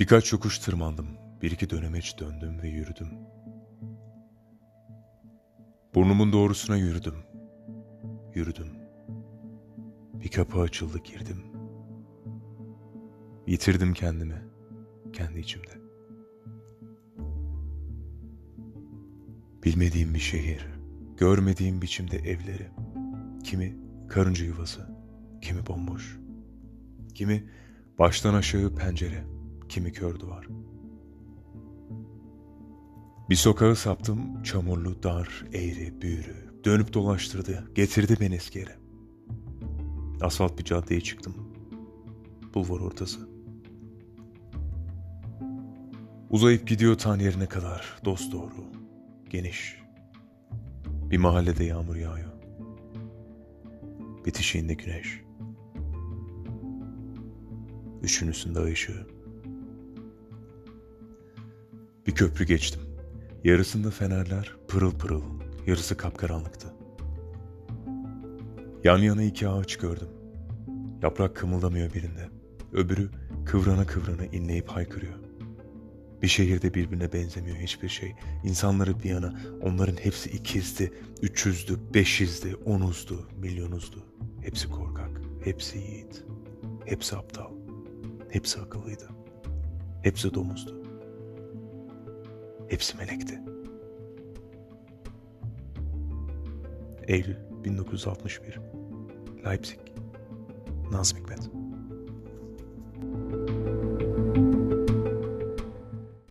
Birkaç yokuş tırmandım, bir iki dönemeç döndüm ve yürüdüm. Burnumun doğrusuna yürüdüm, yürüdüm. Bir kapı açıldı, girdim. Yitirdim kendimi, kendi içimde. Bilmediğim bir şehir, görmediğim biçimde evleri. Kimi karınca yuvası, kimi bomboş. Kimi baştan aşağı pencere, kimi kör duvar. Bir sokağı saptım, çamurlu, dar, eğri, büğrü. Dönüp dolaştırdı, getirdi beni eski yere. Asfalt bir caddeye çıktım. Bulvar ortası. Uzayıp gidiyor tan yerine kadar, dosdoğru, geniş. Bir mahallede yağmur yağıyor. Bitişiğinde güneş. Üçün üstünde ay ışığı. Bir köprü geçtim. Yarısında fenerler pırıl pırıl, yarısı kapkaranlıktı. Yan yana iki ağaç gördüm. Yaprak kımıldamıyor birinde. Öbürü kıvrana kıvrana inleyip haykırıyor. Bir şehirde birbirine benzemiyor hiçbir şey. İnsanları bir yana, onların hepsi ikizdi, 300'dü, 500'di, 10'uzdu, milyonuzdu. Hepsi korkak, hepsi yiğit, hepsi aptal, hepsi akıllıydı, hepsi domuzdu, hepsi melekti. Eylül 1961, Leipzig, Nazım Hikmet.